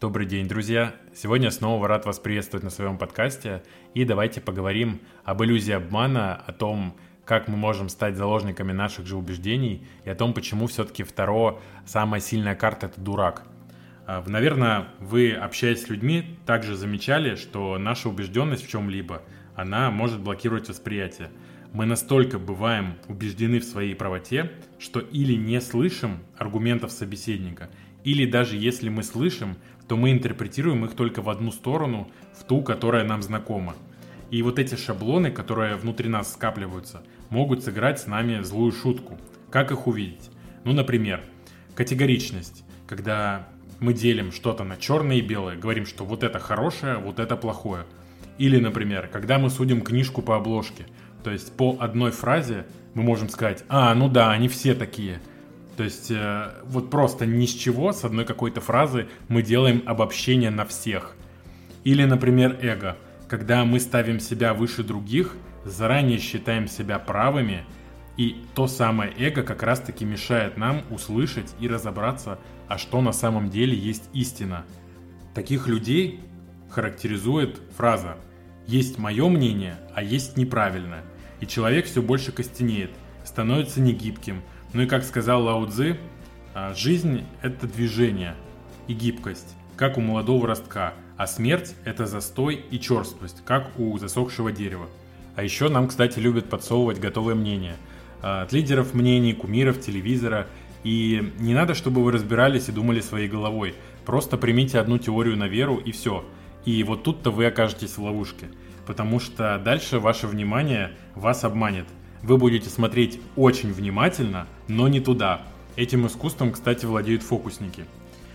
Добрый день, друзья! Сегодня снова рад вас приветствовать на своем подкасте. И давайте поговорим об иллюзии обмана, о том, как мы можем стать заложниками наших же убеждений и о том, почему все-таки самая сильная карта — это дурак. Наверное, вы, общаясь с людьми, также замечали, что наша убежденность в чем-либо, она может блокировать восприятие. Мы настолько бываем убеждены в своей правоте, что или не слышим аргументов собеседника, или даже если мы слышим, то мы интерпретируем их только в одну сторону, в ту, которая нам знакома. И вот эти шаблоны, которые внутри нас скапливаются, могут сыграть с нами злую шутку. Как их увидеть? Например, категоричность, когда мы делим что-то на черное и белое, говорим, что вот это хорошее, вот это плохое. Или, например, когда мы судим книжку по обложке, то есть по одной фразе мы можем сказать: они все такие. То есть вот просто ни с чего, с одной какой-то фразы мы делаем обобщение на всех. Или, например, эго, когда мы ставим себя выше других, заранее считаем себя правыми, и то самое эго как раз-таки мешает нам услышать и разобраться, а что на самом деле есть истина. Таких людей характеризует фраза: «Есть мое мнение, а есть неправильное». И человек все больше костенеет, становится негибким. И как сказал Лао Цзы, жизнь – это движение и гибкость, как у молодого ростка, а смерть – это застой и черствость, как у засохшего дерева. А еще нам, кстати, любят подсовывать готовое мнение от лидеров мнений, кумиров, телевизора. И не надо, чтобы вы разбирались и думали своей головой. Просто примите одну теорию на веру и все. И вот тут-то вы окажетесь в ловушке, потому что дальше ваше внимание вас обманет. Вы будете смотреть очень внимательно, но не туда. Этим искусством, кстати, владеют фокусники.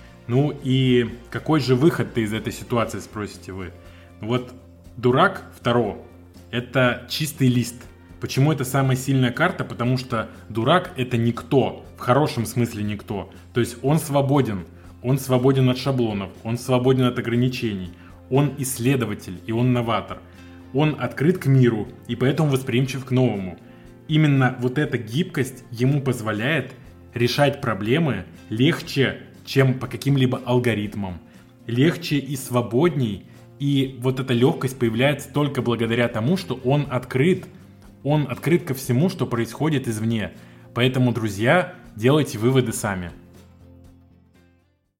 И какой же выход-то из этой ситуации, спросите вы? Дурак второго – это чистый лист. Почему это самая сильная карта? Потому что дурак – это никто, в хорошем смысле никто. То есть он свободен от шаблонов, он свободен от ограничений, он исследователь и он новатор. Он открыт к миру и поэтому восприимчив к новому. Именно вот эта гибкость ему позволяет решать проблемы легче, чем по каким-либо алгоритмам. Легче и свободней. И вот эта легкость появляется только благодаря тому, что он открыт. Он открыт ко всему, что происходит извне. Поэтому, друзья, делайте выводы сами.